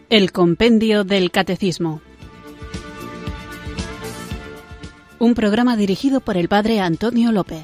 El Compendio del Catecismo. Un programa dirigido por el Padre Antonio López.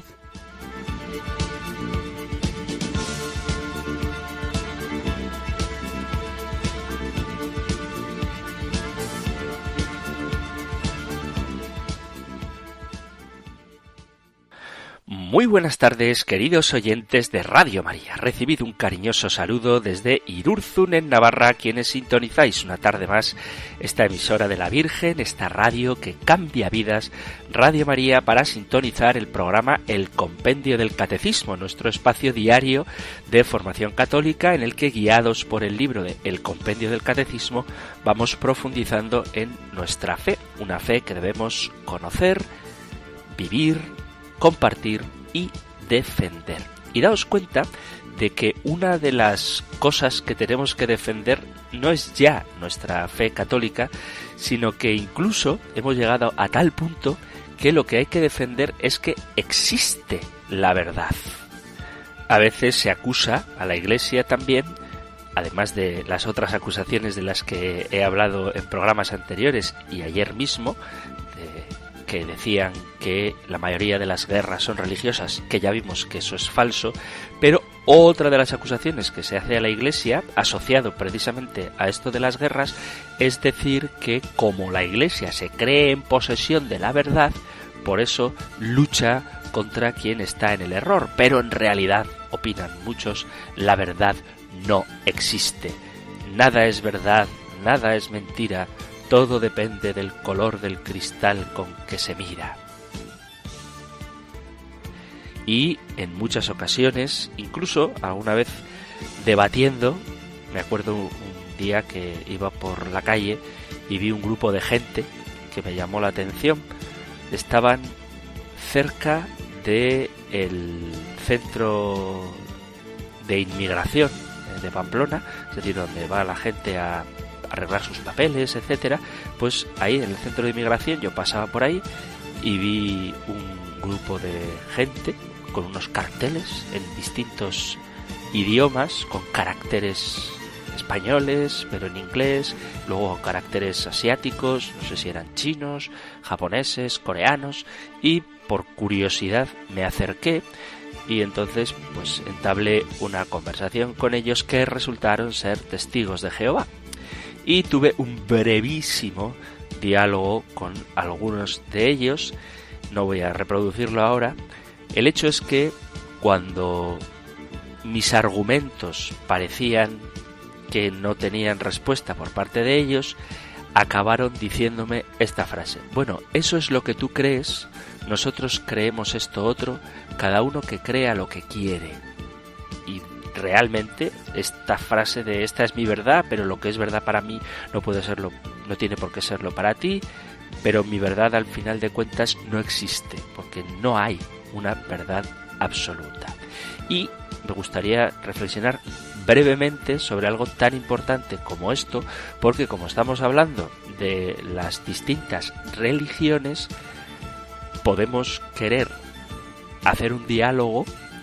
Muy buenas tardes, queridos oyentes de Radio María. Recibid un cariñoso saludo desde Irurzun, en Navarra, quienes sintonizáis una tarde más esta emisora de la Virgen, esta radio que cambia vidas, Radio María, para sintonizar el programa El Compendio del Catecismo, nuestro espacio diario de formación católica en el que, guiados por el libro de El Compendio del Catecismo, vamos profundizando en nuestra fe, una fe que debemos conocer, vivir, compartir y defender. Y daos cuenta de que una de las cosas que tenemos que defender no es ya nuestra fe católica, sino que incluso hemos llegado a tal punto que lo que hay que defender es que existe la verdad. A veces se acusa a la Iglesia también, además de las otras acusaciones de las que he hablado en programas anteriores y ayer mismo, que decían que la mayoría de las guerras son religiosas, que ya vimos que eso es falso, pero otra de las acusaciones que se hace a la Iglesia, asociado precisamente a esto de las guerras, es decir que como la Iglesia se cree en posesión de la verdad, por eso lucha contra quien está en el error, pero en realidad, opinan muchos, la verdad no existe. Nada es verdad, nada es mentira. Todo depende del color del cristal con que se mira. Y en muchas ocasiones, incluso alguna vez debatiendo, me acuerdo un día que iba por la calle y vi un grupo de gente que me llamó la atención. Estaban cerca del centro de inmigración de Pamplona, es decir, donde va la gente a arreglar sus papeles, etcétera. Pues ahí en el centro de inmigración yo pasaba por ahí y vi un grupo de gente con unos carteles en distintos idiomas, con caracteres españoles, pero en inglés, luego caracteres asiáticos, no sé si eran chinos, japoneses, coreanos, y por curiosidad me acerqué y entonces pues entablé una conversación con ellos que resultaron ser testigos de Jehová. Y tuve un brevísimo diálogo con algunos de ellos, no voy a reproducirlo ahora. El hecho es que cuando mis argumentos parecían que no tenían respuesta por parte de ellos, acabaron diciéndome esta frase: bueno, eso es lo que tú crees, nosotros creemos esto otro, cada uno que crea lo que quiere. Y realmente esta frase de esta es mi verdad, pero lo que es verdad para mí no puede serlo, no tiene por qué serlo para ti, pero mi verdad al final de cuentas no existe, porque no hay una verdad absoluta. Y me gustaría reflexionar brevemente sobre algo tan importante como esto, porque como estamos hablando de las distintas religiones, podemos querer hacer un diálogo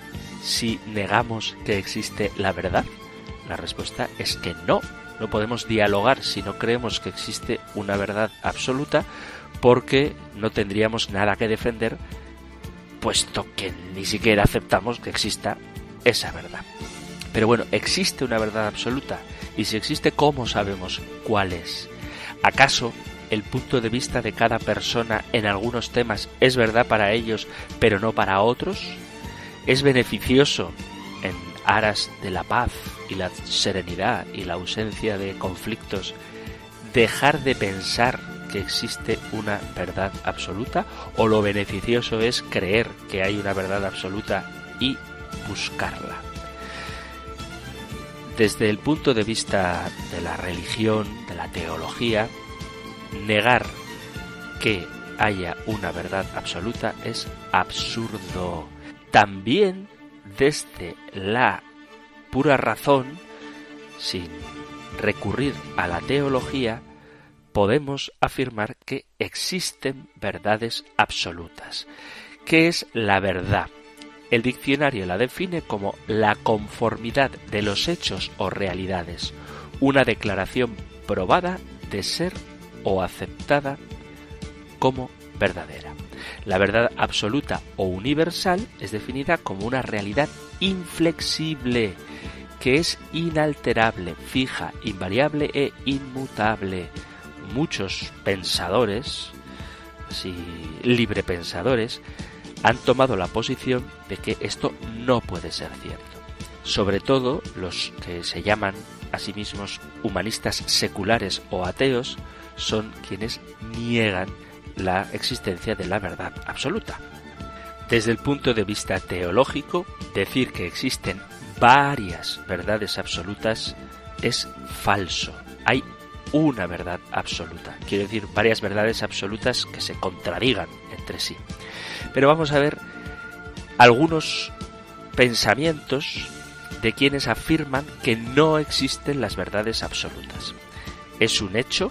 si negamos que existe la verdad. La respuesta es que no podemos dialogar si no creemos que existe una verdad absoluta, porque no tendríamos nada que defender, puesto que ni siquiera aceptamos que exista esa verdad. Pero bueno, existe una verdad absoluta, y si existe, ¿cómo sabemos cuál es? ¿Acaso el punto de vista de cada persona en algunos temas es verdad para ellos, pero no para otros? ¿Es beneficioso, en aras de la paz y la serenidad y la ausencia de conflictos, dejar de pensar que existe una verdad absoluta? ¿O lo beneficioso es creer que hay una verdad absoluta y buscarla? Desde el punto de vista de la religión, de la teología, negar que haya una verdad absoluta es absurdo. También desde la pura razón, sin recurrir a la teología, podemos afirmar que existen verdades absolutas. ¿Qué es la verdad? El diccionario la define como la conformidad de los hechos o realidades, una declaración comprobada de ser o aceptada como verdadera. La verdad absoluta o universal es definida como una realidad inflexible, que es inalterable, fija, invariable e inmutable. Muchos pensadores, así librepensadores, han tomado la posición de que esto no puede ser cierto. Sobre todo los que se llaman a sí mismos humanistas seculares o ateos son quienes niegan la existencia de la verdad absoluta. Desde el punto de vista teológico, decir que existen varias verdades absolutas es falso. Hay una verdad absoluta. Quiero decir, varias verdades absolutas que se contradigan entre sí. Pero vamos a ver algunos pensamientos de quienes afirman que no existen las verdades absolutas. Es un hecho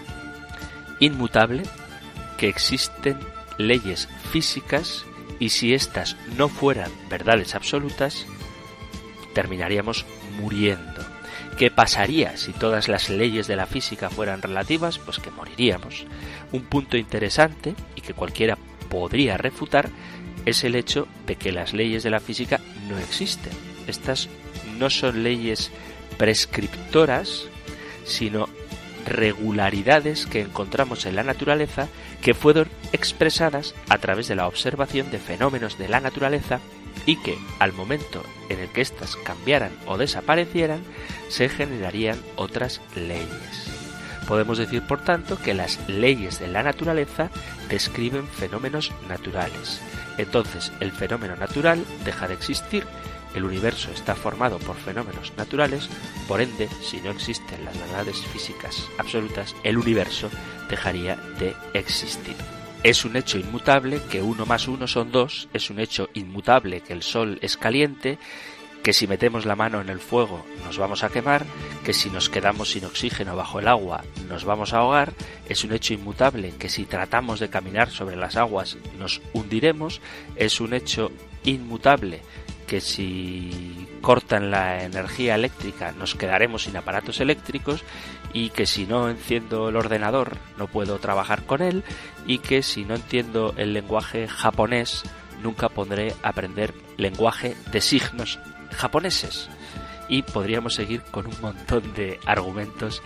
inmutable que existen leyes físicas y si éstas no fueran verdades absolutas, terminaríamos muriendo. ¿Qué pasaría si todas las leyes de la física fueran relativas? Pues que moriríamos. Un punto interesante y que cualquiera podría refutar es el hecho de que las leyes de la física no existen. Estas no son leyes prescriptoras, sino regularidades que encontramos en la naturaleza que fueron expresadas a través de la observación de fenómenos de la naturaleza y que, al momento en el que éstas cambiaran o desaparecieran, se generarían otras leyes. Podemos decir, por tanto, que las leyes de la naturaleza describen fenómenos naturales. Entonces, el fenómeno natural deja de existir. El universo está formado por fenómenos naturales, por ende, si no existen las verdades físicas absolutas, el universo dejaría de existir. Es un hecho inmutable que 1 más 1 son 2, es un hecho inmutable que el sol es caliente, que si metemos la mano en el fuego nos vamos a quemar, que si nos quedamos sin oxígeno bajo el agua nos vamos a ahogar, es un hecho inmutable que si tratamos de caminar sobre las aguas nos hundiremos, es un hecho inmutable que si cortan la energía eléctrica nos quedaremos sin aparatos eléctricos y que si no enciendo el ordenador no puedo trabajar con él y que si no entiendo el lenguaje japonés nunca podré aprender lenguaje de signos japoneses. Y podríamos seguir con un montón de argumentos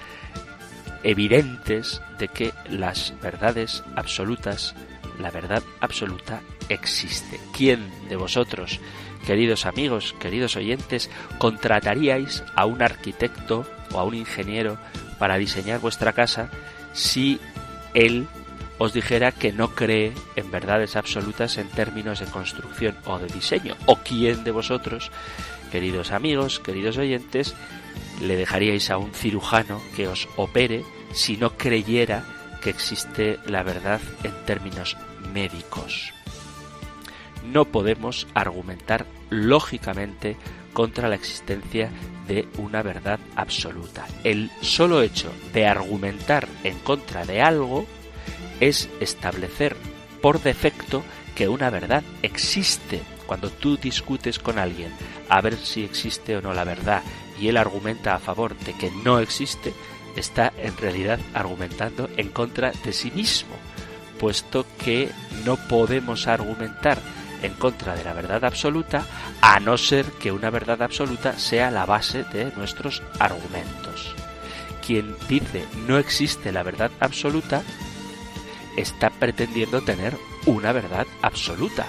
evidentes de que las verdades absolutas, la verdad absoluta existe. ¿Quién de vosotros, queridos amigos, queridos oyentes, contrataríais a un arquitecto o a un ingeniero para diseñar vuestra casa si él os dijera que no cree en verdades absolutas en términos de construcción o de diseño? ¿O quién de vosotros, queridos amigos, queridos oyentes, le dejaríais a un cirujano que os opere si no creyera que existe la verdad en términos médicos? No podemos argumentar lógicamente contra la existencia de una verdad absoluta. El solo hecho de argumentar en contra de algo es establecer por defecto que una verdad existe. Cuando tú discutes con alguien a ver si existe o no la verdad y él argumenta a favor de que no existe, está en realidad argumentando en contra de sí mismo, puesto que no podemos argumentar en contra de la verdad absoluta a no ser que una verdad absoluta sea la base de nuestros argumentos. Quien dice no existe la verdad absoluta está pretendiendo tener una verdad absoluta.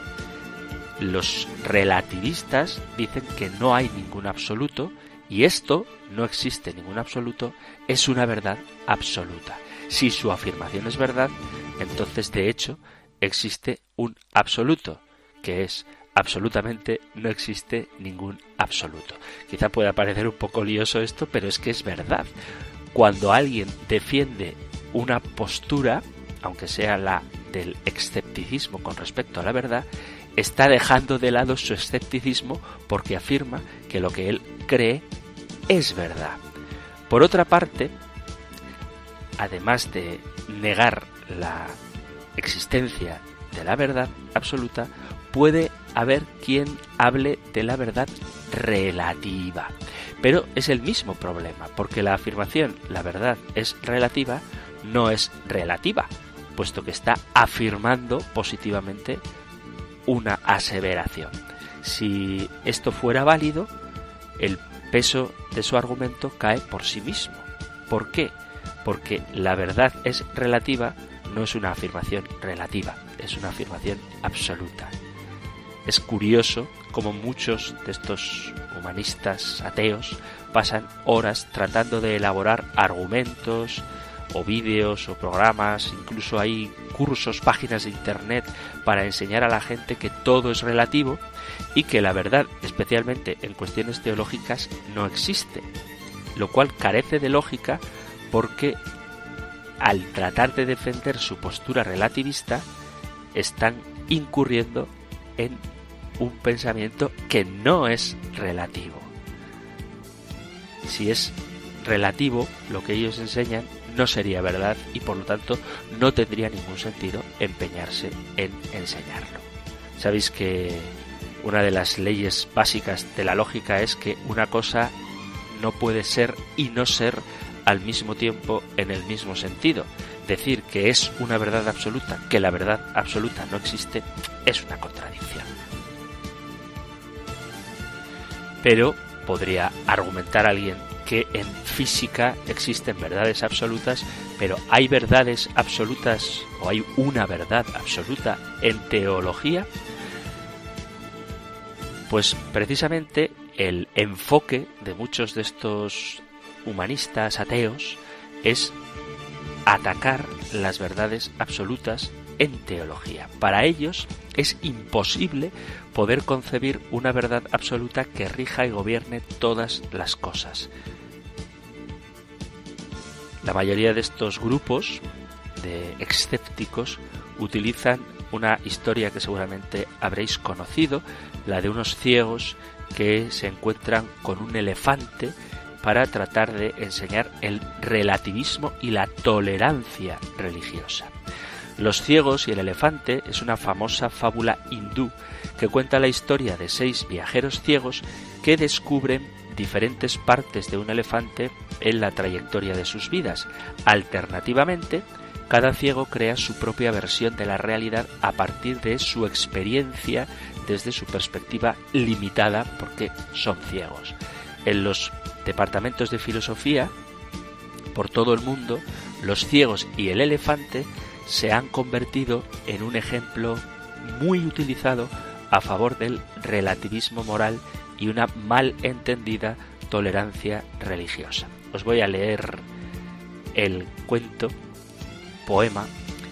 Los relativistas dicen que no hay ningún absoluto y esto, no existe ningún absoluto, es una verdad absoluta. Si su afirmación es verdad, entonces de hecho existe un absoluto, que es absolutamente no existe ningún absoluto. Quizá pueda parecer un poco lioso esto, pero es que es verdad. Cuando alguien defiende una postura, aunque sea la del escepticismo con respecto a la verdad, está dejando de lado su escepticismo porque afirma que lo que él cree es verdad. Por otra parte, además de negar la existencia de la verdad absoluta, puede haber quien hable de la verdad relativa. Pero es el mismo problema, porque la afirmación la verdad es relativa no es relativa, puesto que está afirmando positivamente una aseveración. Si esto fuera válido, el peso de su argumento cae por sí mismo. ¿Por qué? Porque la verdad es relativa no es una afirmación relativa, es una afirmación absoluta. Es curioso cómo muchos de estos humanistas ateos pasan horas tratando de elaborar argumentos o vídeos o programas, incluso hay cursos, páginas de internet para enseñar a la gente que todo es relativo y que la verdad, especialmente en cuestiones teológicas, no existe, lo cual carece de lógica porque al tratar de defender su postura relativista están incurriendo en un pensamiento que no es relativo. Si es relativo, lo que ellos enseñan no sería verdad y por lo tanto no tendría ningún sentido empeñarse en enseñarlo. Sabéis que una de las leyes básicas de la lógica es que una cosa no puede ser y no ser al mismo tiempo en el mismo sentido. Decir que es una verdad absoluta, que la verdad absoluta no existe, es una contradicción. Pero podría argumentar alguien que en física existen verdades absolutas, pero hay verdades absolutas o hay una verdad absoluta en teología. Pues precisamente el enfoque de muchos de estos humanistas ateos es atacar las verdades absolutas en teología. Para ellos es imposible poder concebir una verdad absoluta que rija y gobierne todas las cosas. La mayoría de estos grupos de escépticos utilizan una historia que seguramente habréis conocido, la de unos ciegos que se encuentran con un elefante para tratar de enseñar el relativismo y la tolerancia religiosa. Los ciegos y el elefante es una famosa fábula hindú que cuenta la historia de 6 viajeros ciegos que descubren diferentes partes de un elefante en la trayectoria de sus vidas. Alternativamente, cada ciego crea su propia versión de la realidad a partir de su experiencia desde su perspectiva limitada porque son ciegos. En los departamentos de filosofía, por todo el mundo, los ciegos y el elefante se han convertido en un ejemplo muy utilizado a favor del relativismo moral y una mal entendida tolerancia religiosa. Os voy a leer el cuento, poema,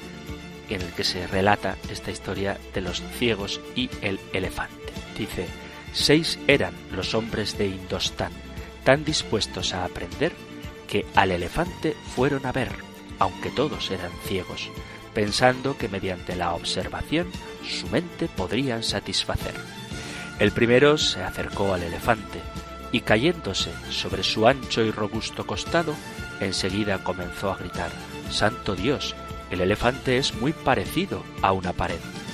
en el que se relata esta historia de los ciegos y el elefante. Dice: 6 eran los hombres de Indostán, tan dispuestos a aprender que al elefante fueron a ver, aunque todos eran ciegos, pensando que mediante la observación su mente podrían satisfacer. El primero se acercó al elefante y, cayéndose sobre su ancho y robusto costado, enseguida comenzó a gritar: «¡Santo Dios! El elefante es muy parecido a una pared».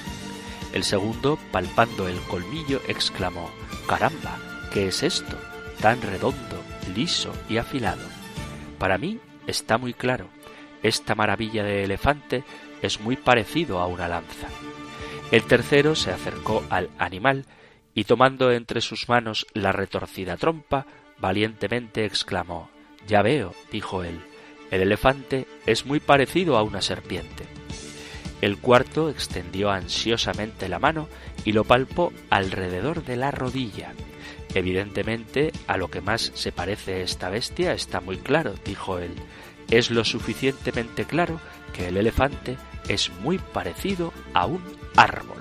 El segundo, palpando el colmillo, exclamó: «¡Caramba! ¿Qué es esto? Tan redondo, liso y afilado. Para mí está muy claro. Esta maravilla de elefante es muy parecido a una lanza». El tercero se acercó al animal y, tomando entre sus manos la retorcida trompa, valientemente exclamó: «Ya veo», dijo él, «el elefante es muy parecido a una serpiente». El cuarto extendió ansiosamente la mano y lo palpó alrededor de la rodilla. «Evidentemente, a lo que más se parece esta bestia está muy claro», dijo él. «Es lo suficientemente claro que el elefante es muy parecido a un árbol».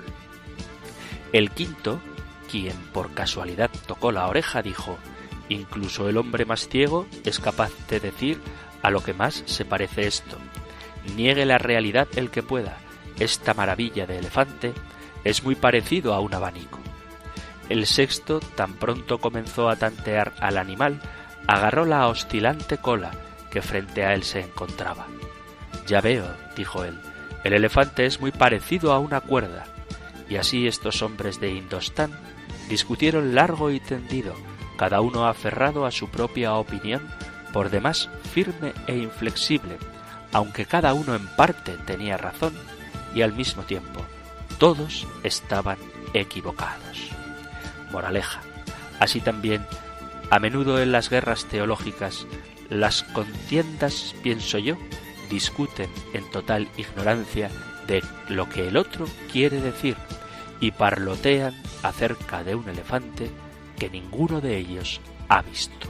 El quinto, quien por casualidad tocó la oreja, dijo: «Incluso el hombre más ciego es capaz de decir a lo que más se parece esto. Niegue la realidad el que pueda. Esta maravilla de elefante es muy parecido a un abanico». El sexto, tan pronto comenzó a tantear al animal, agarró la oscilante cola que frente a él se encontraba. «Ya veo», dijo él, «el elefante es muy parecido a una cuerda». Y así estos hombres de Indostán discutieron largo y tendido, cada uno aferrado a su propia opinión, por demás firme e inflexible, aunque cada uno en parte tenía razón y al mismo tiempo todos estaban equivocados. Moraleja: así también, a menudo en las guerras teológicas, las contiendas, pienso yo, discuten en total ignorancia de lo que el otro quiere decir y parlotean acerca de un elefante que ninguno de ellos ha visto.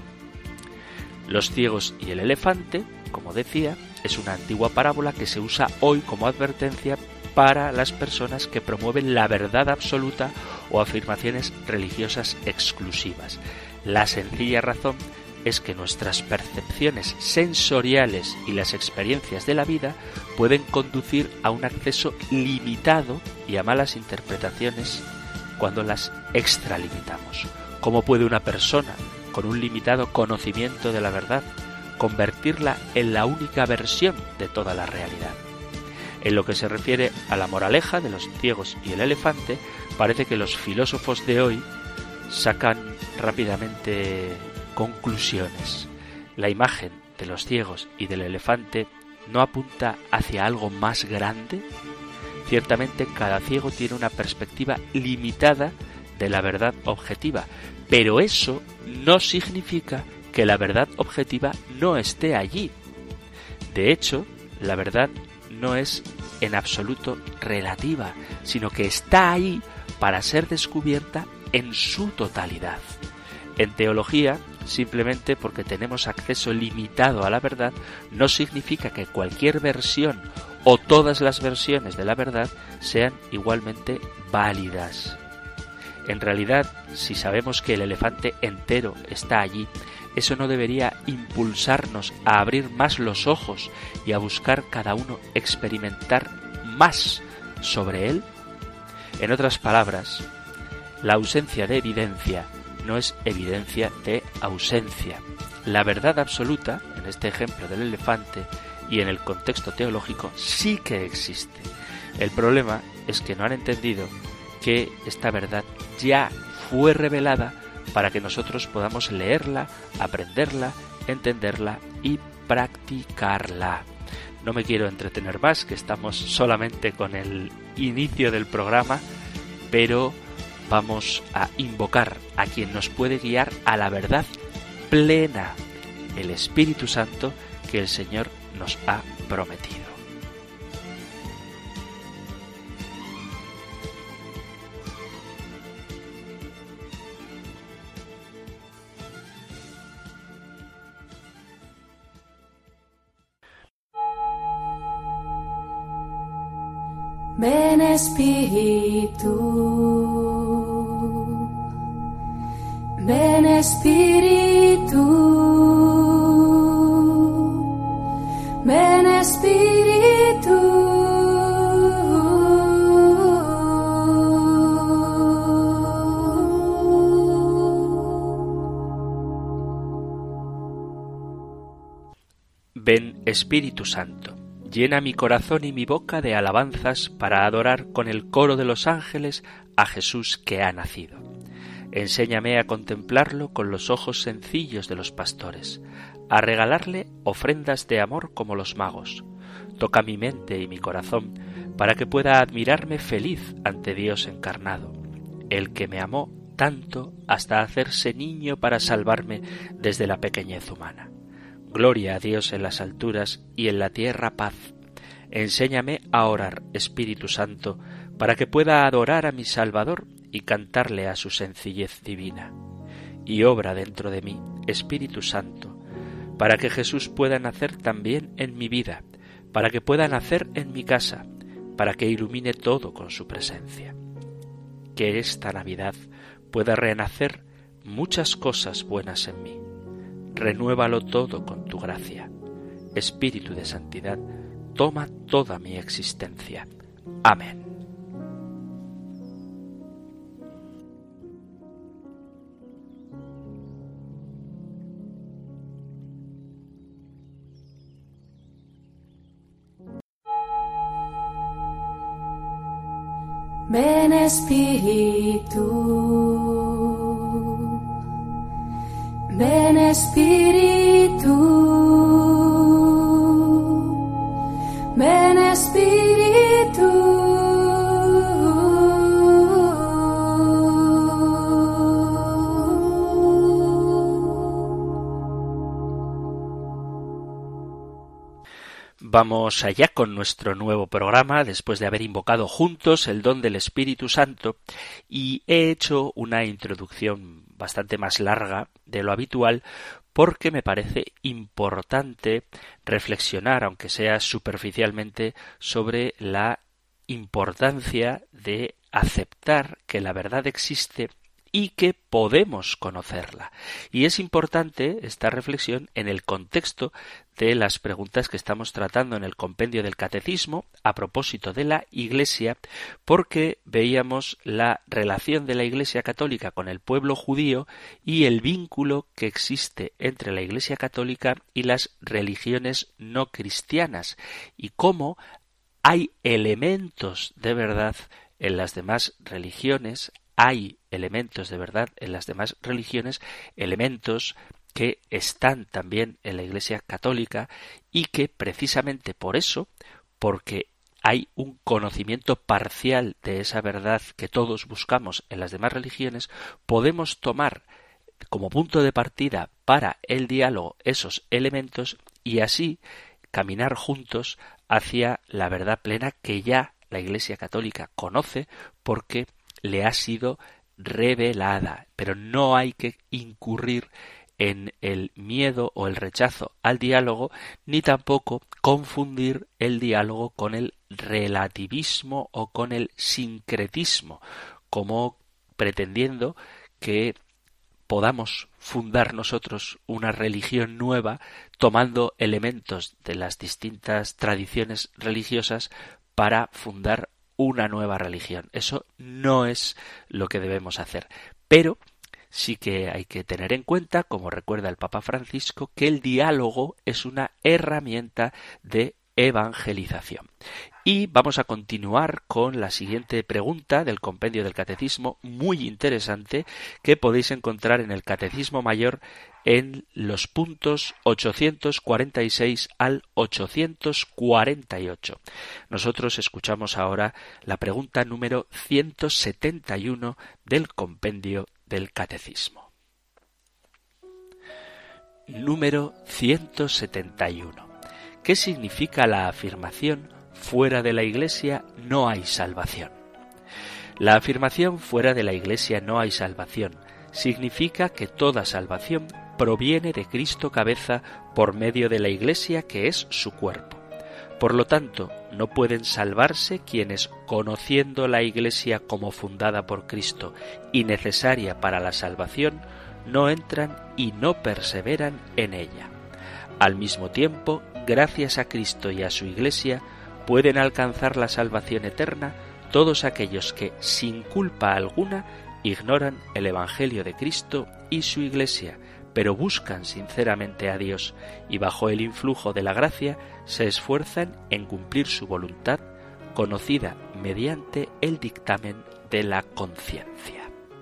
Los ciegos y el elefante, como decía, es una antigua parábola que se usa hoy como advertencia para las personas que promueven la verdad absoluta o afirmaciones religiosas exclusivas. La sencilla razón es que nuestras percepciones sensoriales y las experiencias de la vida pueden conducir a un acceso limitado y a malas interpretaciones cuando las extralimitamos. ¿Cómo puede una persona con un limitado conocimiento de la verdad convertirla en la única versión de toda la realidad? En lo que se refiere a la moraleja de los ciegos y el elefante, parece que los filósofos de hoy sacan rápidamente conclusiones. La imagen de los ciegos y del elefante no apunta hacia algo más grande. Ciertamente cada ciego tiene una perspectiva limitada de la verdad objetiva, pero eso no significa que la verdad objetiva no esté allí. De hecho, la verdad no es en absoluto relativa, sino que está ahí para ser descubierta en su totalidad. En teología, simplemente porque tenemos acceso limitado a la verdad, no significa que cualquier versión o todas las versiones de la verdad sean igualmente válidas. En realidad, si sabemos que el elefante entero está allí, eso no debería impulsarnos a abrir más los ojos y a buscar cada uno experimentar más sobre él. En otras palabras, la ausencia de evidencia no es evidencia de ausencia. La verdad absoluta, en este ejemplo del elefante y en el contexto teológico, sí que existe. El problema es que no han entendido que esta verdad ya fue revelada para que nosotros podamos leerla, aprenderla, entenderla y practicarla. No me quiero entretener más, que estamos solamente con el inicio del programa, pero vamos a invocar a quien nos puede guiar a la verdad plena, el Espíritu Santo que el Señor nos ha prometido. Ven Espíritu, ven Espíritu, ven Espíritu. Ven Espíritu Santo. Llena mi corazón y mi boca de alabanzas para adorar con el coro de los ángeles a Jesús que ha nacido. Enséñame a contemplarlo con los ojos sencillos de los pastores, a regalarle ofrendas de amor como los magos. Toca mi mente y mi corazón para que pueda admirarme feliz ante Dios encarnado, el que me amó tanto hasta hacerse niño para salvarme desde la pequeñez humana. Gloria a Dios en las alturas y en la tierra paz. Enséñame a orar, Espíritu Santo, para que pueda adorar a mi Salvador y cantarle a su sencillez divina. Y obra dentro de mí, Espíritu Santo, para que Jesús pueda nacer también en mi vida, para que pueda nacer en mi casa, para que ilumine todo con su presencia. Que esta Navidad pueda renacer muchas cosas buenas en mí. Renuévalo todo con tu gracia. Espíritu de santidad, toma toda mi existencia. Amén. Ven Spiritu, ven Spiritu, ven Spiritu. Vamos allá con nuestro nuevo programa, después de haber invocado juntos el don del Espíritu Santo, y he hecho una introducción bastante más larga de lo habitual porque me parece importante reflexionar, aunque sea superficialmente, sobre la importancia de aceptar que la verdad existe y que podemos conocerla. Y es importante esta reflexión en el contexto de las preguntas que estamos tratando en el compendio del Catecismo a propósito de la Iglesia, porque veíamos la relación de la Iglesia católica con el pueblo judío y el vínculo que existe entre la Iglesia católica y las religiones no cristianas, y cómo hay elementos de verdad en las demás religiones, hay elementos de verdad en las demás religiones, elementos que están también en la Iglesia católica y que precisamente por eso, porque hay un conocimiento parcial de esa verdad que todos buscamos en las demás religiones, podemos tomar como punto de partida para el diálogo esos elementos y así caminar juntos hacia la verdad plena que ya la Iglesia católica conoce porque le ha sido revelada, pero no hay que incurrir en el miedo o el rechazo al diálogo, ni tampoco confundir el diálogo con el relativismo o con el sincretismo, como pretendiendo que podamos fundar nosotros una religión nueva tomando elementos de las distintas tradiciones religiosas para fundar una nueva religión. Eso no es lo que debemos hacer. Pero sí que hay que tener en cuenta, como recuerda el Papa Francisco, que el diálogo es una herramienta de evangelización. Y vamos a continuar con la siguiente pregunta del compendio del Catecismo, muy interesante, que podéis encontrar en el Catecismo Mayor en los puntos 846 al 848. Nosotros escuchamos ahora la pregunta número 171 del compendio del Catecismo. Número 171. ¿Qué significa la afirmación fuera de la Iglesia no hay salvación? La afirmación fuera de la Iglesia no hay salvación significa que toda salvación proviene de Cristo cabeza por medio de la Iglesia que es su cuerpo. Por lo tanto, no pueden salvarse quienes, conociendo la Iglesia como fundada por Cristo y necesaria para la salvación, no entran y no perseveran en ella. Al mismo tiempo, gracias a Cristo y a su Iglesia, pueden alcanzar la salvación eterna todos aquellos que, sin culpa alguna, ignoran el Evangelio de Cristo y su Iglesia, pero buscan sinceramente a Dios y bajo el influjo de la gracia se esfuerzan en cumplir su voluntad, conocida mediante el dictamen de la conciencia.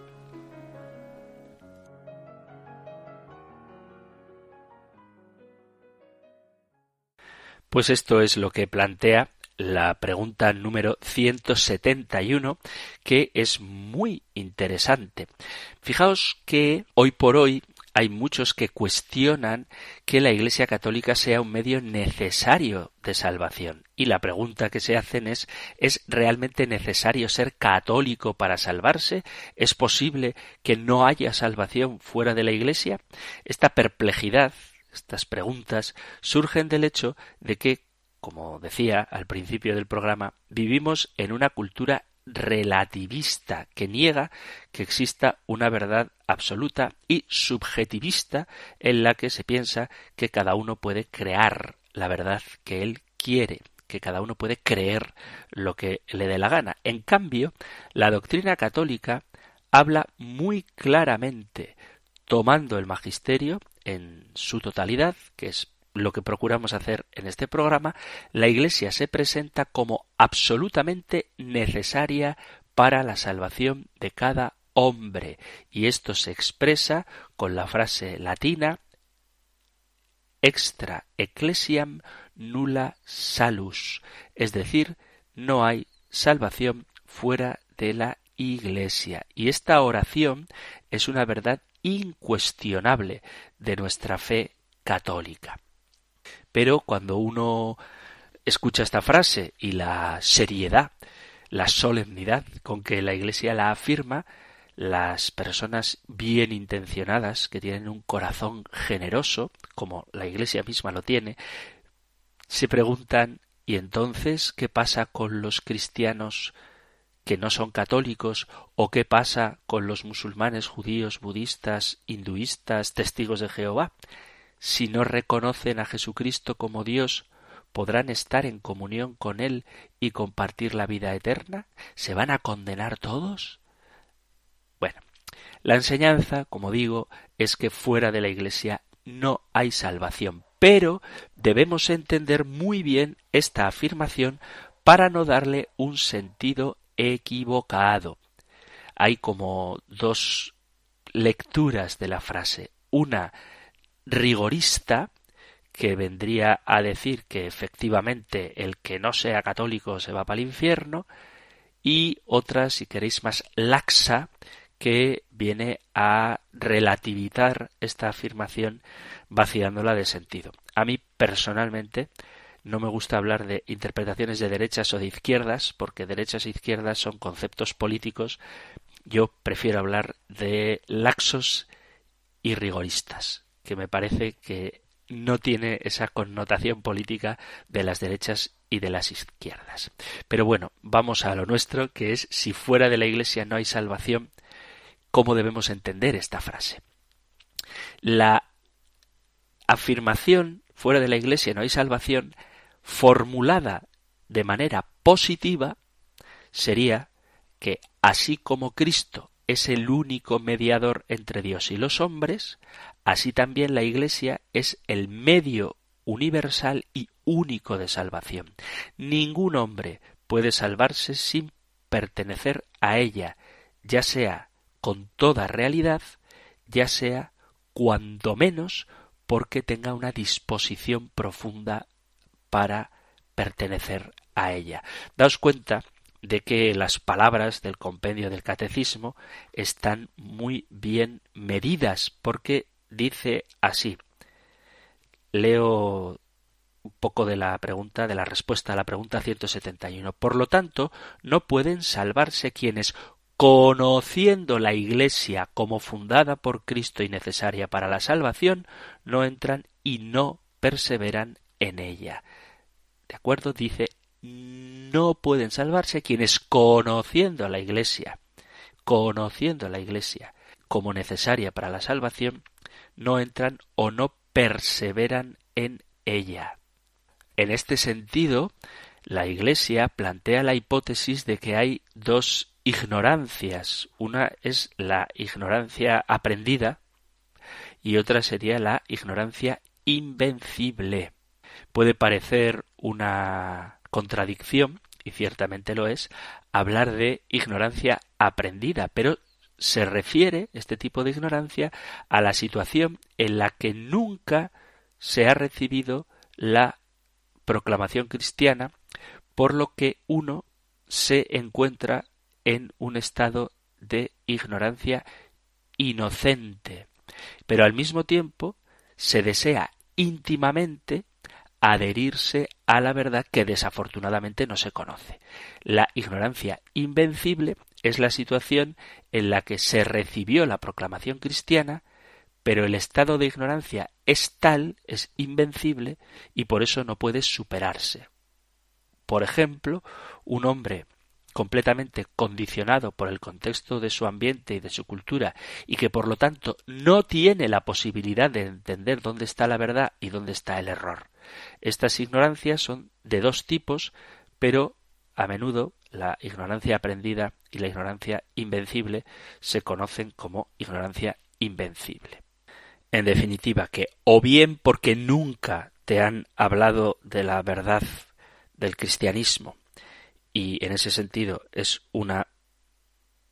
Pues esto es lo que plantea la pregunta número 171, que es muy interesante. Fijaos que hoy por hoy hay muchos que cuestionan que la Iglesia católica sea un medio necesario de salvación. Y la pregunta que se hacen ¿es realmente necesario ser católico para salvarse? ¿Es posible que no haya salvación fuera de la Iglesia? Esta perplejidad, estas preguntas, surgen del hecho de que, como decía al principio del programa, vivimos en una cultura relativista que niega que exista una verdad absoluta y subjetivista en la que se piensa que cada uno puede crear la verdad que él quiere, que cada uno puede creer lo que le dé la gana. En cambio, la doctrina católica habla muy claramente, tomando el magisterio en su totalidad, que es lo que procuramos hacer en este programa. La Iglesia se presenta como absolutamente necesaria para la salvación de cada hombre. Y esto se expresa con la frase latina extra ecclesiam nulla salus, es decir, no hay salvación fuera de la Iglesia. Y esta oración es una verdad incuestionable de nuestra fe católica. Pero cuando uno escucha esta frase y la seriedad, la solemnidad con que la Iglesia la afirma, las personas bien intencionadas, que tienen un corazón generoso, como la Iglesia misma lo tiene, se preguntan, ¿y entonces qué pasa con los cristianos que no son católicos? ¿O qué pasa con los musulmanes, judíos, budistas, hinduistas, testigos de Jehová? Si no reconocen a Jesucristo como Dios, ¿podrán estar en comunión con Él y compartir la vida eterna? ¿Se van a condenar todos? Bueno, la enseñanza, como digo, es que fuera de la Iglesia no hay salvación, pero debemos entender muy bien esta afirmación para no darle un sentido equivocado. Hay como dos lecturas de la frase, una rigorista, que vendría a decir que efectivamente el que no sea católico se va para el infierno, y otra, si queréis, más laxa, que viene a relativizar esta afirmación vaciándola de sentido. A mí personalmente no me gusta hablar de interpretaciones de derechas o de izquierdas, porque derechas e izquierdas son conceptos políticos. Yo prefiero hablar de laxos y rigoristas, que me parece que no tiene esa connotación política de las derechas y de las izquierdas. Pero bueno, vamos a lo nuestro, que es si fuera de la Iglesia no hay salvación, ¿cómo debemos entender esta frase? La afirmación fuera de la Iglesia no hay salvación, formulada de manera positiva, sería que así como Cristo es el único mediador entre Dios y los hombres, así también la Iglesia es el medio universal y único de salvación. Ningún hombre puede salvarse sin pertenecer a ella, ya sea con toda realidad, ya sea cuando menos porque tenga una disposición profunda para pertenecer a ella. Daos cuenta de que las palabras del compendio del catecismo están muy bien medidas, porque dice así. Leo un poco de la pregunta, de la respuesta a la pregunta 171. Por lo tanto, no pueden salvarse quienes, conociendo la Iglesia como fundada por Cristo y necesaria para la salvación, no entran y no perseveran en ella. ¿De acuerdo? Dice, no pueden salvarse quienes, conociendo a la Iglesia como necesaria para la salvación, no entran o no perseveran en ella. En este sentido, la Iglesia plantea la hipótesis de que hay dos ignorancias. Una es la ignorancia aprendida y otra sería la ignorancia invencible. Puede parecer una contradicción, y ciertamente lo es, hablar de ignorancia aprendida, pero se refiere, este tipo de ignorancia, a la situación en la que nunca se ha recibido la proclamación cristiana, por lo que uno se encuentra en un estado de ignorancia inocente, pero al mismo tiempo se desea íntimamente adherirse a la verdad que desafortunadamente no se conoce. La ignorancia invencible es la situación en la que se recibió la proclamación cristiana, pero el estado de ignorancia es tal, es invencible, y por eso no puede superarse. Por ejemplo, un hombre completamente condicionado por el contexto de su ambiente y de su cultura, y que por lo tanto no tiene la posibilidad de entender dónde está la verdad y dónde está el error. Estas ignorancias son de dos tipos, pero a menudo la ignorancia aprendida y la ignorancia invencible se conocen como ignorancia invencible. En definitiva, que o bien porque nunca te han hablado de la verdad del cristianismo, y en ese sentido es una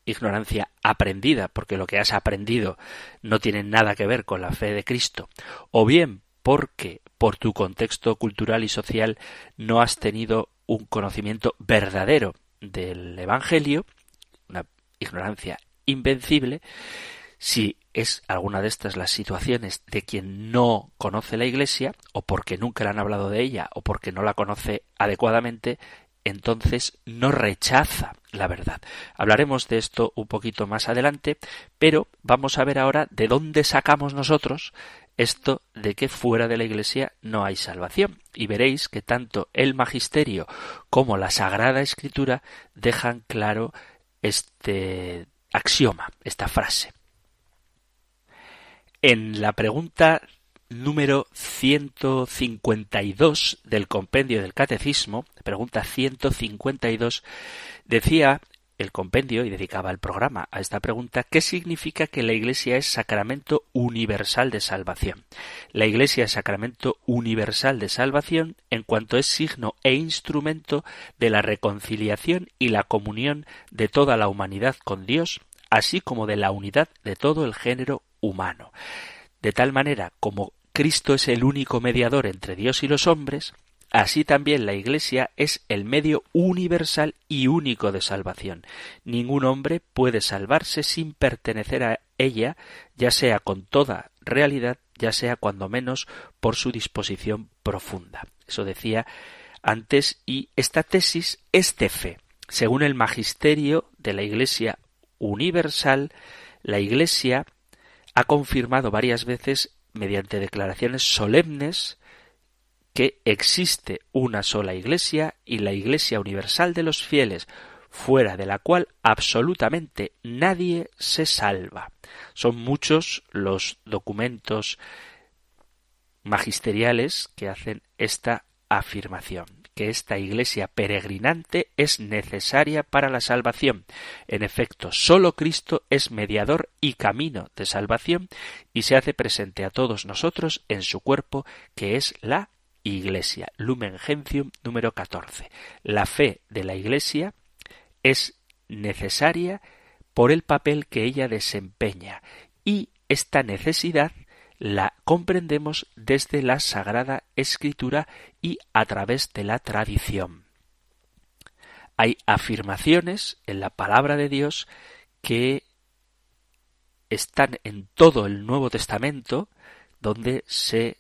ignorancia aprendida, porque lo que has aprendido no tiene nada que ver con la fe de Cristo, o bien porque por tu contexto cultural y social no has tenido un conocimiento verdadero del Evangelio, una ignorancia invencible. Si es alguna de estas las situaciones de quien no conoce la Iglesia, o porque nunca le han hablado de ella, o porque no la conoce adecuadamente, entonces no rechaza la verdad. Hablaremos de esto un poquito más adelante, pero vamos a ver ahora de dónde sacamos nosotros esto de que fuera de la Iglesia no hay salvación. Y veréis que tanto el Magisterio como la Sagrada Escritura dejan claro este axioma, esta frase. En la pregunta número 152 del compendio del Catecismo, pregunta 152, decía el compendio, y dedicaba el programa a esta pregunta, ¿qué significa que la Iglesia es sacramento universal de salvación? La Iglesia es sacramento universal de salvación en cuanto es signo e instrumento de la reconciliación y la comunión de toda la humanidad con Dios, así como de la unidad de todo el género humano. De tal manera como Cristo es el único mediador entre Dios y los hombres, así también la Iglesia es el medio universal y único de salvación. Ningún hombre puede salvarse sin pertenecer a ella, ya sea con toda realidad, ya sea cuando menos por su disposición profunda. Eso decía antes, y esta tesis es de fe. Según el magisterio de la Iglesia universal, la Iglesia ha confirmado varias veces mediante declaraciones solemnes que existe una sola Iglesia y la Iglesia universal de los fieles, fuera de la cual absolutamente nadie se salva. Son muchos los documentos magisteriales que hacen esta afirmación, que esta Iglesia peregrinante es necesaria para la salvación. En efecto, sólo Cristo es mediador y camino de salvación y se hace presente a todos nosotros en su cuerpo, que es la Iglesia. Lumen Gentium número 14. La fe de la Iglesia es necesaria por el papel que ella desempeña, y esta necesidad la comprendemos desde la Sagrada Escritura y a través de la tradición. Hay afirmaciones en la palabra de Dios que están en todo el Nuevo Testamento, donde se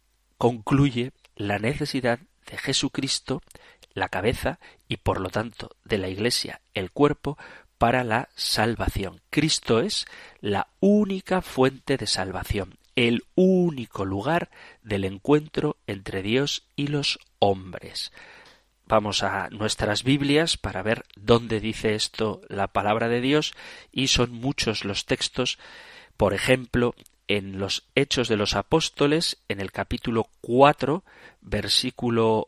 concluye la necesidad de Jesucristo, la cabeza, y por lo tanto de la Iglesia, el cuerpo, para la salvación. Cristo es la única fuente de salvación, el único lugar del encuentro entre Dios y los hombres. Vamos a nuestras Biblias para ver dónde dice esto la palabra de Dios, y son muchos los textos. Por ejemplo, en los Hechos de los Apóstoles, en el capítulo 4, versículo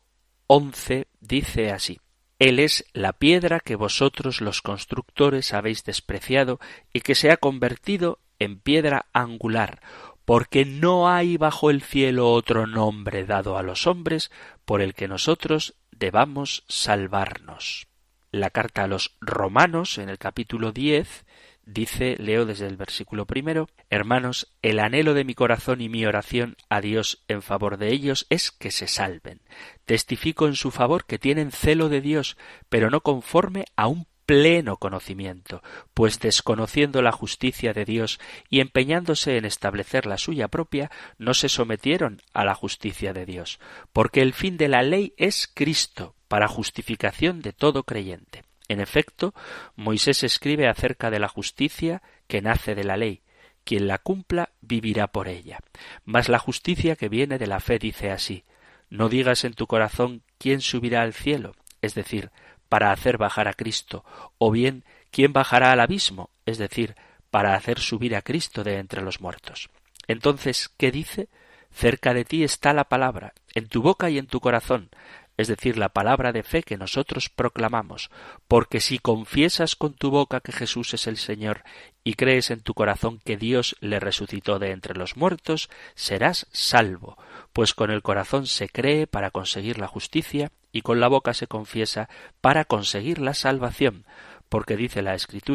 11, dice así: Él es la piedra que vosotros los constructores habéis despreciado y que se ha convertido en piedra angular, porque no hay bajo el cielo otro nombre dado a los hombres por el que nosotros debamos salvarnos. La carta a los Romanos, en el capítulo 10, dice, leo desde el versículo 1, hermanos, el anhelo de mi corazón y mi oración a Dios en favor de ellos es que se salven. Testifico en su favor que tienen celo de Dios, pero no conforme a un pleno conocimiento, pues desconociendo la justicia de Dios y empeñándose en establecer la suya propia, no se sometieron a la justicia de Dios, porque el fin de la ley es Cristo, para justificación de todo creyente. En efecto, Moisés escribe acerca de la justicia que nace de la ley. Quien la cumpla vivirá por ella. Mas la justicia que viene de la fe dice así: no digas en tu corazón quién subirá al cielo, es decir, para hacer bajar a Cristo, o bien quién bajará al abismo, es decir, para hacer subir a Cristo de entre los muertos. Entonces, ¿qué dice? Cerca de ti está la palabra, en tu boca y en tu corazón, es decir, la palabra de fe que nosotros proclamamos, porque si confiesas con tu boca que Jesús es el Señor y crees en tu corazón que Dios le resucitó de entre los muertos, serás salvo, pues con el corazón se cree para conseguir la justicia y con la boca se confiesa para conseguir la salvación, porque dice la Escritura,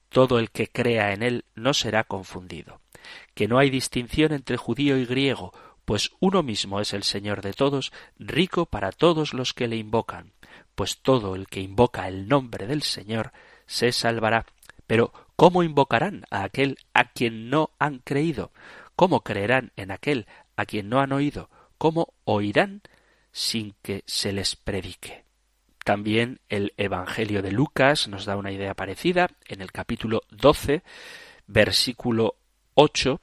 todo el que crea en él no será confundido. Que no hay distinción entre judío y griego, pues uno mismo es el Señor de todos, rico para todos los que le invocan. Pues todo el que invoca el nombre del Señor se salvará. Pero ¿cómo invocarán a aquel a quien no han creído? ¿Cómo creerán en aquel a quien no han oído? ¿Cómo oirán sin que se les predique? También el Evangelio de Lucas nos da una idea parecida. En el capítulo 12, versículo 8,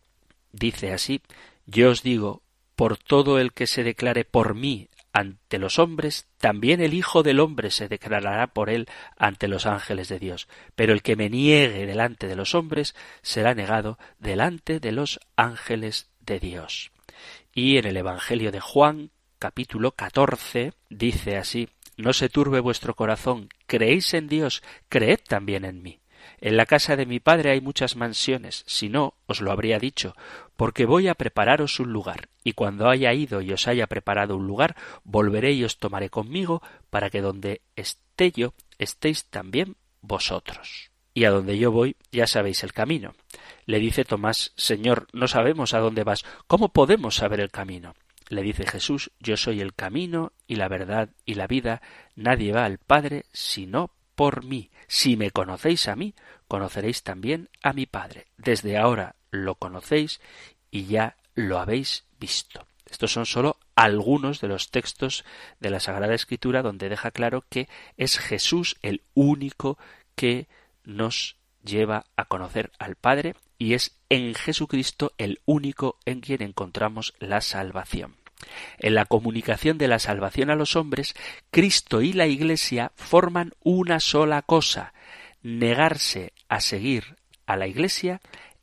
dice así: Yo os digo, por todo el que se declare por mí ante los hombres, también el Hijo del Hombre se declarará por él ante los ángeles de Dios. Pero el que me niegue delante de los hombres será negado delante de los ángeles de Dios. Y en el Evangelio de Juan, capítulo 14, dice así: No se turbe vuestro corazón, creéis en Dios, creed también en mí. En la casa de mi Padre hay muchas mansiones, si no, os lo habría dicho, porque voy a prepararos un lugar, y cuando haya ido y os haya preparado un lugar, volveré y os tomaré conmigo, para que donde esté yo, estéis también vosotros. Y a donde yo voy, ya sabéis el camino. Le dice Tomás: Señor, no sabemos a dónde vas, ¿cómo podemos saber el camino? Le dice Jesús: Yo soy el camino y la verdad y la vida, nadie va al Padre sino por mí. Si me conocéis a mí, conoceréis también a mi Padre. Desde ahora lo conocéis y ya lo habéis visto. Estos son solo algunos de los textos de la Sagrada Escritura donde deja claro que es Jesús el único que nos lleva a conocer al Padre y es en Jesucristo el único en quien encontramos la salvación. En la comunicación de la salvación a los hombres, Cristo y la Iglesia forman una sola cosa. Negarse a seguir a la Iglesia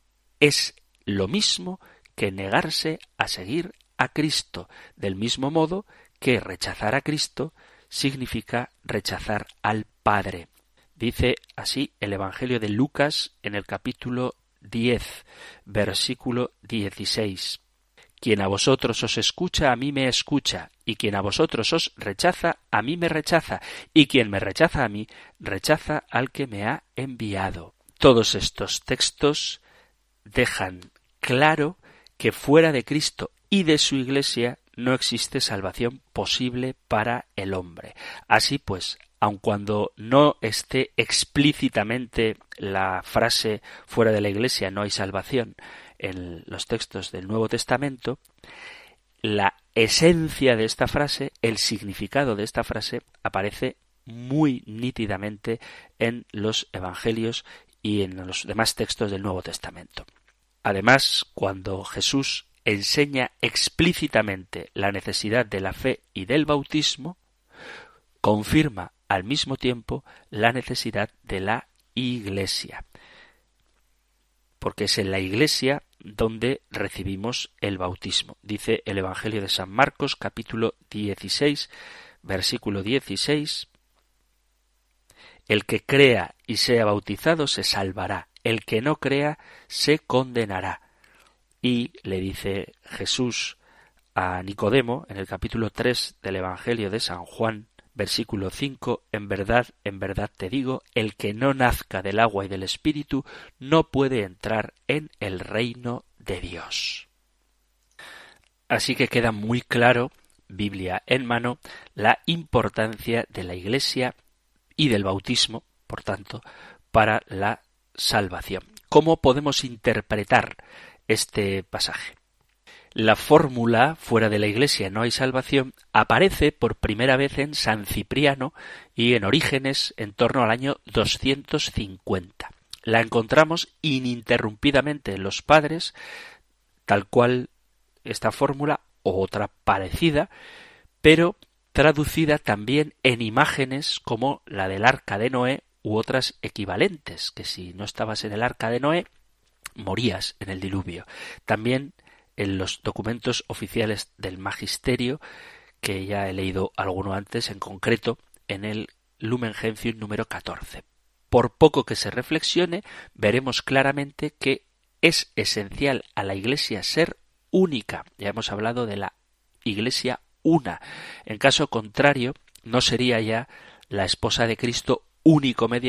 es lo mismo que negarse a seguir a Cristo, del mismo modo que rechazar a Cristo significa rechazar al Padre. Dice así el Evangelio de Lucas en el capítulo 10, versículo 16. Quien a vosotros os escucha, a mí me escucha, y quien a vosotros os rechaza, a mí me rechaza, y quien me rechaza a mí, rechaza al que me ha enviado. Todos estos textos dejan claro que fuera de Cristo y de su Iglesia no existe salvación posible para el hombre. Así pues, aun cuando no esté explícitamente la frase fuera de la Iglesia no hay salvación en los textos del Nuevo Testamento, la esencia de esta frase, el significado de esta frase, aparece muy nítidamente en los Evangelios y en los demás textos del Nuevo Testamento. Además, cuando Jesús enseña explícitamente la necesidad de la fe y del bautismo, confirma al mismo tiempo la necesidad de la Iglesia, porque es en la Iglesia donde recibimos el bautismo. Dice el Evangelio de San Marcos, capítulo 16, versículo 16, el que crea y sea bautizado se salvará, el que no crea se condenará. Y le dice Jesús a Nicodemo, en el capítulo 3 del Evangelio de San Juan, versículo 5, en verdad te digo, el que no nazca del agua y del Espíritu no puede entrar en el reino de Dios. Así que queda muy claro, Biblia en mano, la importancia de la Iglesia y del bautismo, por tanto, para la salvación. ¿Cómo podemos interpretar este pasaje? La fórmula fuera de la Iglesia no hay salvación aparece por primera vez en San Cipriano y en Orígenes en torno al año 250. La encontramos ininterrumpidamente en los padres, tal cual esta fórmula o otra parecida, pero traducida también en imágenes como la del Arca de Noé u otras equivalentes, que si no estabas en el Arca de Noé, morías en el diluvio. También en los documentos oficiales del Magisterio, que ya he leído alguno antes, en concreto en el Lumen Gentium número 14. Por poco que se reflexione, veremos claramente que es esencial a la Iglesia ser única. Ya hemos hablado de la Iglesia una. En caso contrario, no sería ya la esposa de Cristo único mediador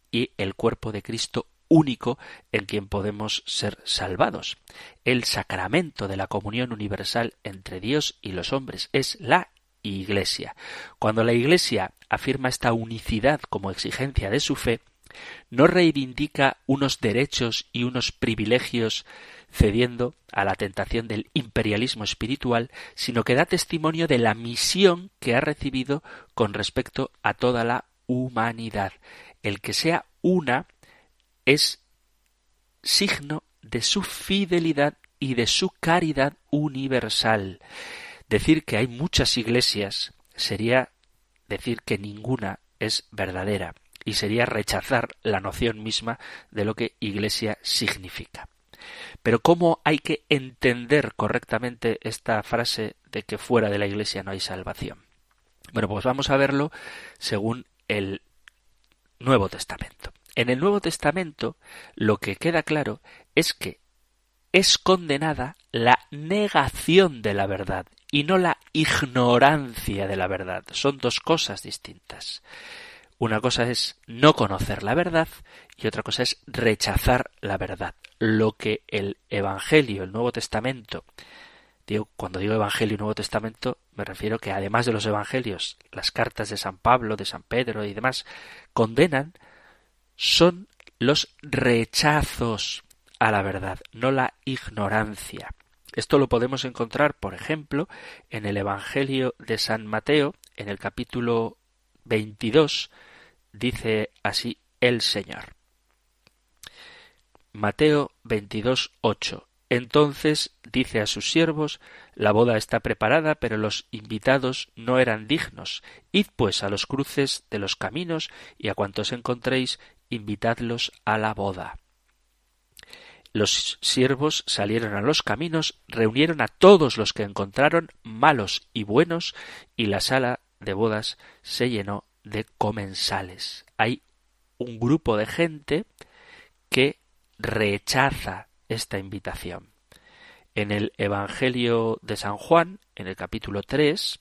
y el cuerpo de Cristo único en quien podemos ser salvados. El sacramento de la comunión universal entre Dios y los hombres es la Iglesia. Cuando la Iglesia afirma esta unicidad como exigencia de su fe, no reivindica unos derechos y unos privilegios cediendo a la tentación del imperialismo espiritual, sino que da testimonio de la misión que ha recibido con respecto a toda la humanidad. El que sea una es signo de su fidelidad y de su caridad universal. Decir que hay muchas iglesias sería decir que ninguna es verdadera y sería rechazar la noción misma de lo que iglesia significa. Pero ¿cómo hay que entender correctamente esta frase de que fuera de la iglesia no hay salvación? Bueno, pues vamos a verlo según el Nuevo Testamento. En el Nuevo Testamento lo que queda claro es que es condenada la negación de la verdad y no la ignorancia de la verdad. Son dos cosas distintas. Una cosa es no conocer la verdad y otra cosa es rechazar la verdad. Lo que el Evangelio, el Nuevo Testamento, cuando digo Evangelio y Nuevo Testamento, me refiero que además de los Evangelios, las cartas de San Pablo, de San Pedro y demás, condenan son los rechazos a la verdad, no la ignorancia. Esto lo podemos encontrar, por ejemplo, en el Evangelio de San Mateo, en el capítulo 22, dice así el Señor. Mateo 22:8. Entonces dice a sus siervos: la boda está preparada, pero los invitados no eran dignos. Id pues a los cruces de los caminos y a cuantos encontréis, invitadlos a la boda. Los siervos salieron a los caminos, reunieron a todos los que encontraron, malos y buenos, y la sala de bodas se llenó de comensales. Hay un grupo de gente que rechaza esta invitación. En el Evangelio de San Juan, en el capítulo 3,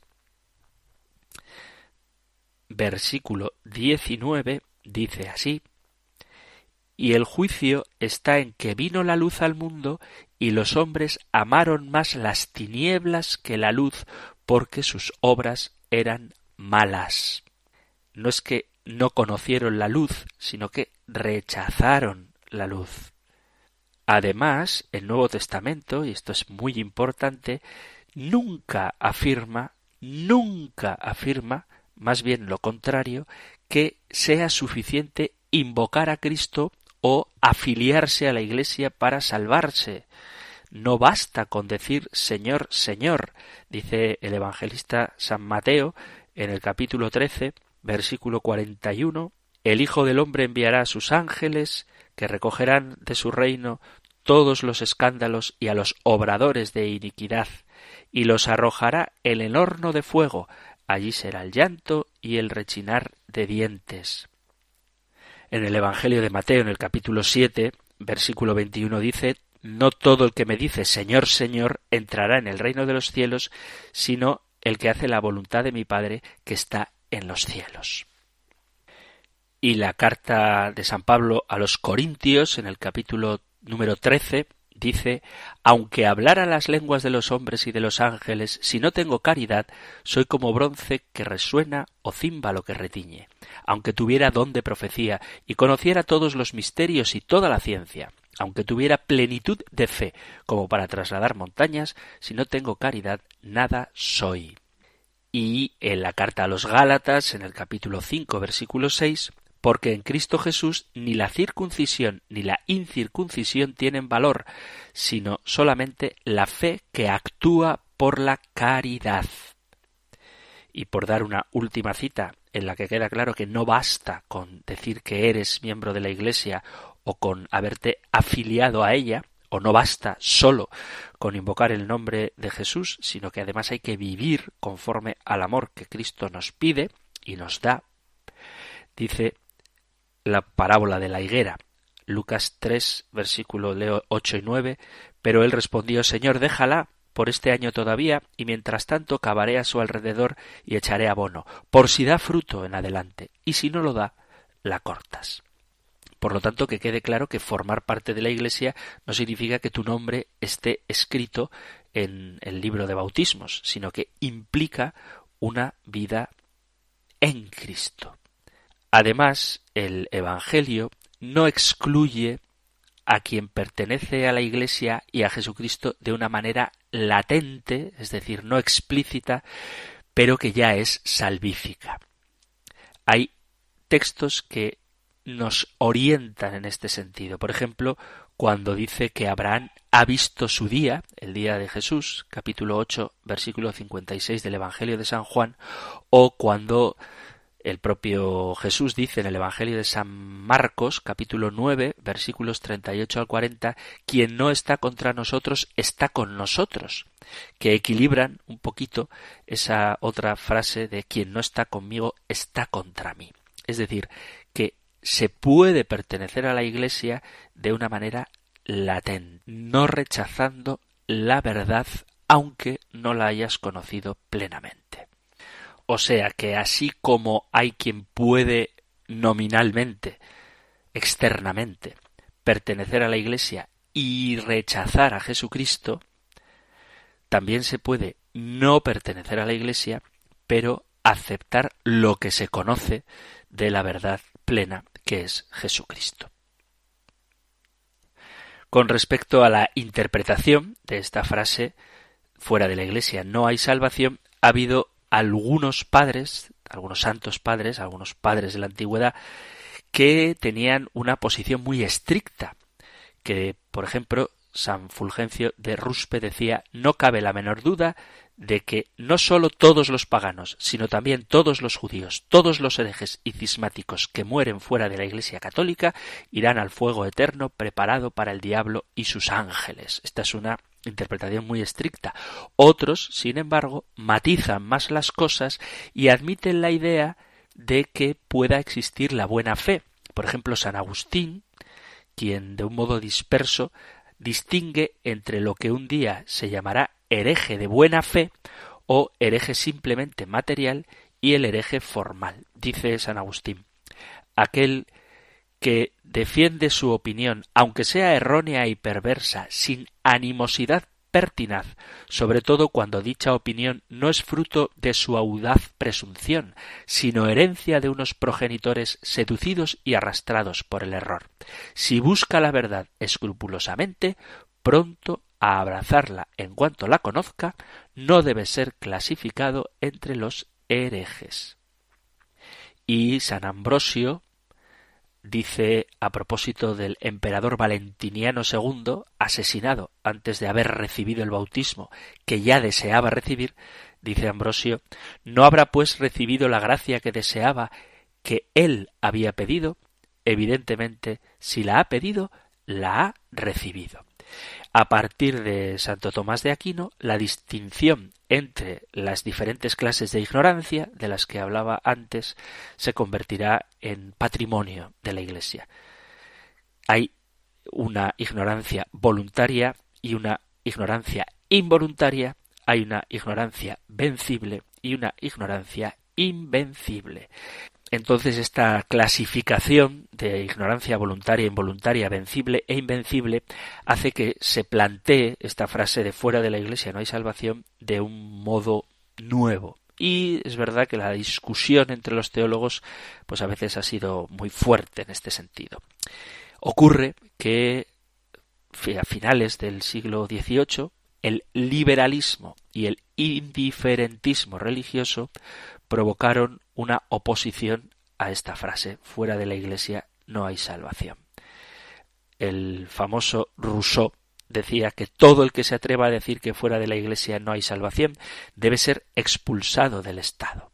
versículo 19, dice así: y el juicio está en que vino la luz al mundo, y los hombres amaron más las tinieblas que la luz, porque sus obras eran malas. No es que no conocieron la luz, sino que rechazaron la luz. Además, el Nuevo Testamento, y esto es muy importante, nunca afirma, más bien lo contrario, que sea suficiente invocar a Cristo o afiliarse a la Iglesia para salvarse. No basta con decir Señor, Señor, dice el evangelista San Mateo en el capítulo 13, versículo 41, el Hijo del Hombre enviará a sus ángeles, que recogerán de su reino todos los escándalos y a los obradores de iniquidad, y los arrojará en el horno de fuego. Allí será el llanto y el rechinar de dientes. En el Evangelio de Mateo, en el capítulo 7, versículo 21, dice: no todo el que me dice Señor, Señor, entrará en el reino de los cielos, sino el que hace la voluntad de mi Padre que está en los cielos. Y la carta de San Pablo a los Corintios, en el capítulo número 13, dice: aunque hablara las lenguas de los hombres y de los ángeles, si no tengo caridad, soy como bronce que resuena o címbalo que retiñe. Aunque tuviera don de profecía y conociera todos los misterios y toda la ciencia, aunque tuviera plenitud de fe como para trasladar montañas, si no tengo caridad, nada soy. Y en la carta a los Gálatas, en el capítulo 5, versículo 6, porque en Cristo Jesús ni la circuncisión ni la incircuncisión tienen valor, sino solamente la fe que actúa por la caridad. Y por dar una última cita en la que queda claro que no basta con decir que eres miembro de la Iglesia o con haberte afiliado a ella, o no basta solo con invocar el nombre de Jesús, sino que además hay que vivir conforme al amor que Cristo nos pide y nos da. Dice la parábola de la higuera, Lucas 3, versículos 8 y 9, pero él respondió: Señor, déjala por este año todavía, y mientras tanto cavaré a su alrededor y echaré abono, por si da fruto en adelante, y si no lo da, la cortas. Por lo tanto, que quede claro que formar parte de la Iglesia no significa que tu nombre esté escrito en el libro de bautismos, sino que implica una vida en Cristo. Además, el Evangelio no excluye a quien pertenece a la Iglesia y a Jesucristo de una manera latente, es decir, no explícita, pero que ya es salvífica. Hay textos que nos orientan en este sentido. Por ejemplo, cuando dice que Abraham ha visto su día, el día de Jesús, capítulo 8, versículo 56 del Evangelio de San Juan, o cuando el propio Jesús dice en el Evangelio de San Marcos, capítulo 9, versículos 38 al 40, quien no está contra nosotros está con nosotros, que equilibran un poquito esa otra frase de quien no está conmigo está contra mí. Es decir, que se puede pertenecer a la Iglesia de una manera latente, no rechazando la verdad aunque no la hayas conocido plenamente. O sea que así como hay quien puede nominalmente, externamente, pertenecer a la Iglesia y rechazar a Jesucristo, también se puede no pertenecer a la Iglesia, pero aceptar lo que se conoce de la verdad plena que es Jesucristo. Con respecto a la interpretación de esta frase, fuera de la Iglesia no hay salvación, ha habido algunos padres, algunos santos padres, algunos padres de la antigüedad, que tenían una posición muy estricta, que, por ejemplo, San Fulgencio de Ruspe decía: no cabe la menor duda de que no sólo todos los paganos, sino también todos los judíos, todos los herejes y cismáticos que mueren fuera de la Iglesia católica irán al fuego eterno preparado para el diablo y sus ángeles. Esta es una interpretación muy estricta. Otros, sin embargo, matizan más las cosas y admiten la idea de que pueda existir la buena fe. Por ejemplo, San Agustín, quien de un modo disperso distingue entre lo que un día se llamará hereje de buena fe o hereje simplemente material y el hereje formal. Dice San Agustín: aquel que defiende su opinión, aunque sea errónea y perversa, sin animosidad pertinaz, sobre todo cuando dicha opinión no es fruto de su audaz presunción, sino herencia de unos progenitores seducidos y arrastrados por el error. Si busca la verdad escrupulosamente, pronto a abrazarla en cuanto la conozca, no debe ser clasificado entre los herejes. Y San Ambrosio dice a propósito del emperador Valentiniano II, asesinado antes de haber recibido el bautismo que ya deseaba recibir, dice Ambrosio: ¿no habrá pues recibido la gracia que deseaba, que él había pedido? Evidentemente, si la ha pedido, la ha recibido. A partir de Santo Tomás de Aquino, la distinción entre las diferentes clases de ignorancia de las que hablaba antes se convertirá en patrimonio de la Iglesia. Hay una ignorancia voluntaria y una ignorancia involuntaria, hay una ignorancia vencible y una ignorancia invencible. Entonces, esta clasificación de ignorancia voluntaria, involuntaria, vencible e invencible hace que se plantee esta frase de fuera de la Iglesia no hay salvación de un modo nuevo. Y es verdad que la discusión entre los teólogos pues a veces ha sido muy fuerte en este sentido. Ocurre que a finales del siglo XVIII el liberalismo y el indiferentismo religioso provocaron una oposición a esta frase: fuera de la Iglesia no hay salvación. El famoso Rousseau decía que todo el que se atreva a decir que fuera de la Iglesia no hay salvación debe ser expulsado del Estado.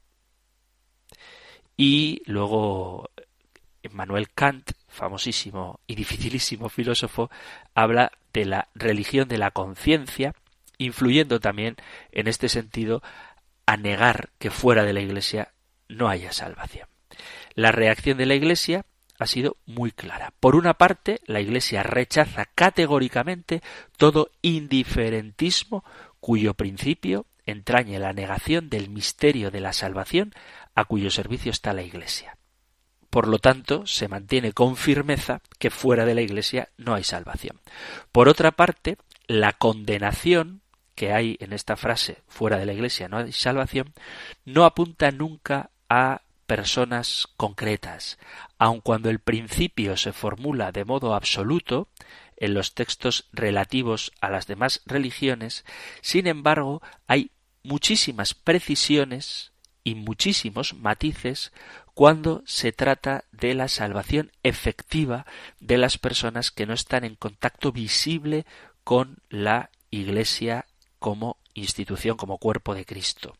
Y luego Immanuel Kant, famosísimo y dificilísimo filósofo, habla de la religión de la conciencia, influyendo también en este sentido a negar que fuera de la Iglesia no haya salvación. La reacción de la Iglesia ha sido muy clara. Por una parte, la Iglesia rechaza categóricamente todo indiferentismo cuyo principio entrañe la negación del misterio de la salvación a cuyo servicio está la Iglesia. por lo tanto, se mantiene con firmeza que fuera de la Iglesia no hay salvación. Por otra parte, la condenación que hay en esta frase, fuera de la Iglesia no hay salvación, no apunta nunca a personas concretas, aun cuando el principio se formula de modo absoluto en los textos relativos a las demás religiones. Sin embargo, hay muchísimas precisiones y muchísimos matices cuando se trata de la salvación efectiva de las personas que no están en contacto visible con la Iglesia como institución, como cuerpo de Cristo.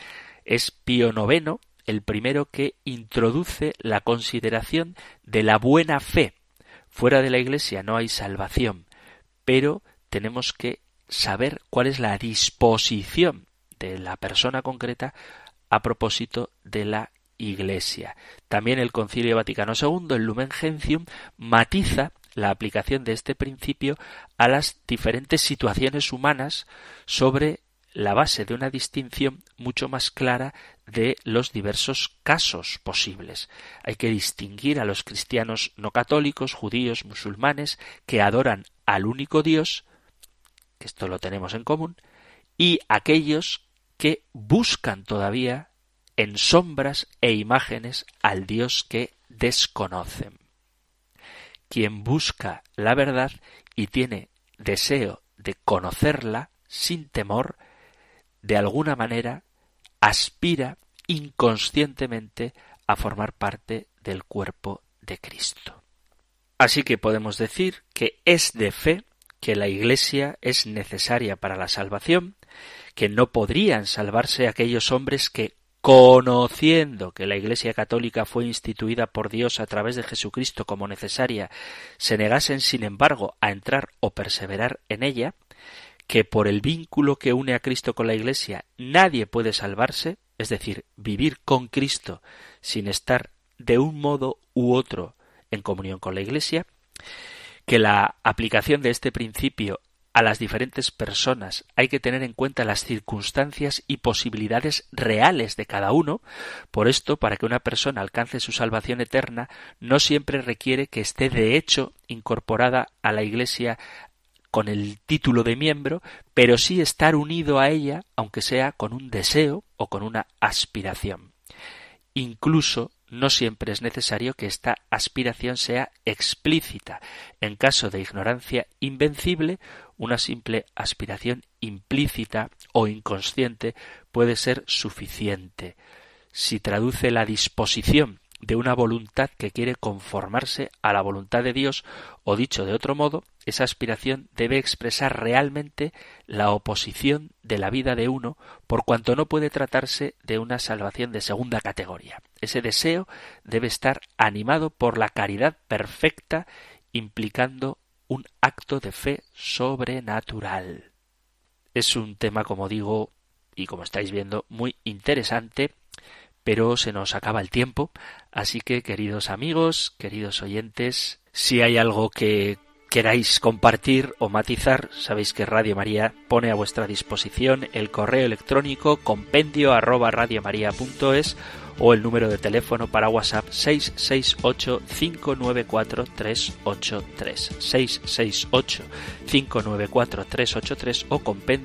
Es Pío IX el primero que introduce la consideración de la buena fe. Fuera de la Iglesia no hay salvación, pero tenemos que saber cuál es la disposición de la persona concreta a propósito de la Iglesia. También el Concilio Vaticano II, el Lumen Gentium, matiza la aplicación de este principio a las diferentes situaciones humanas sobre la base de una distinción mucho más clara de los diversos casos posibles. Hay que distinguir a los cristianos no católicos, judíos, musulmanes, que adoran al único Dios, que esto lo tenemos en común, y aquellos que buscan todavía en sombras e imágenes al Dios que desconocen. Quien busca la verdad y tiene deseo de conocerla sin temor, de alguna manera aspira inconscientemente a formar parte del cuerpo de Cristo. Así que podemos decir que es de fe que la Iglesia es necesaria para la salvación, que no podrían salvarse aquellos hombres que, conociendo que la Iglesia católica fue instituida por Dios a través de Jesucristo como necesaria, se negasen sin embargo a entrar o perseverar en ella, que por el vínculo que une a Cristo con la Iglesia nadie puede salvarse, es decir, vivir con Cristo sin estar de un modo u otro en comunión con la Iglesia, que la aplicación de este principio a las diferentes personas hay que tener en cuenta las circunstancias y posibilidades reales de cada uno. Por esto, para que una persona alcance su salvación eterna, no siempre requiere que esté de hecho incorporada a la Iglesia con el título de miembro, pero sí estar unido a ella, aunque sea con un deseo o con una aspiración. Incluso no siempre es necesario que esta aspiración sea explícita. En caso de ignorancia invencible, una simple aspiración implícita o inconsciente puede ser suficiente. Si traduce la disposición de una voluntad que quiere conformarse a la voluntad de Dios, o dicho de otro modo, esa aspiración debe expresar realmente la oposición de la vida de uno, por cuanto no puede tratarse de una salvación de segunda categoría. Ese deseo debe estar animado por la caridad perfecta, implicando un acto de fe sobrenatural. Es un tema, como digo, y como estáis viendo, muy interesante, pero se nos acaba el tiempo, así que, queridos amigos, queridos oyentes, si hay algo que queráis compartir o matizar, sabéis que Radio María pone a vuestra disposición el correo electrónico compendio@radiomaria.es o el número de teléfono para WhatsApp 668-594-383, 668-594-383 o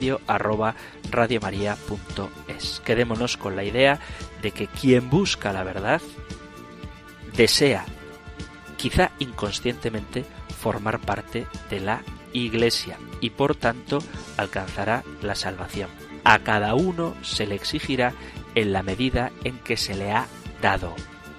compendio@radiomaria.es. Quedémonos con la idea de que quien busca la verdad desea, quizá inconscientemente, formar parte de la Iglesia y por tanto alcanzará la salvación. A cada uno se le exigirá en la medida en que se le ha dado.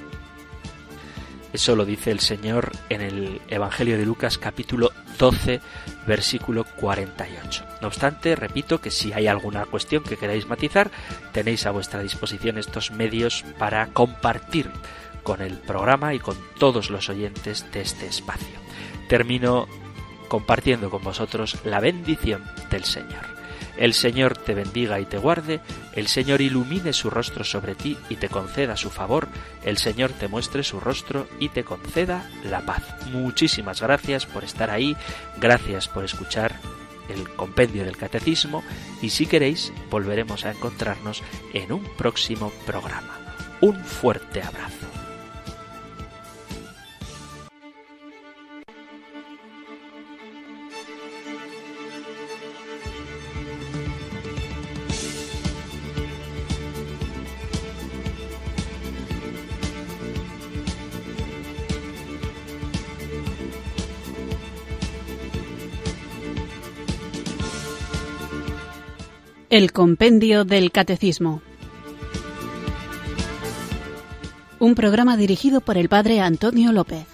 Eso lo dice el Señor en el Evangelio de Lucas capítulo 12, versículo 48. No obstante, repito que si hay alguna cuestión que queráis matizar, tenéis a vuestra disposición estos medios para compartir con el programa y con todos los oyentes de este espacio. Termino compartiendo con vosotros la bendición del Señor. El Señor te bendiga y te guarde, el Señor ilumine su rostro sobre ti y te conceda su favor, el Señor te muestre su rostro y te conceda la paz. Muchísimas gracias por estar ahí, gracias por escuchar el compendio del Catecismo y si queréis volveremos a encontrarnos en un próximo programa. Un fuerte abrazo. El Compendio del Catecismo. Un programa dirigido por el Padre Antonio López.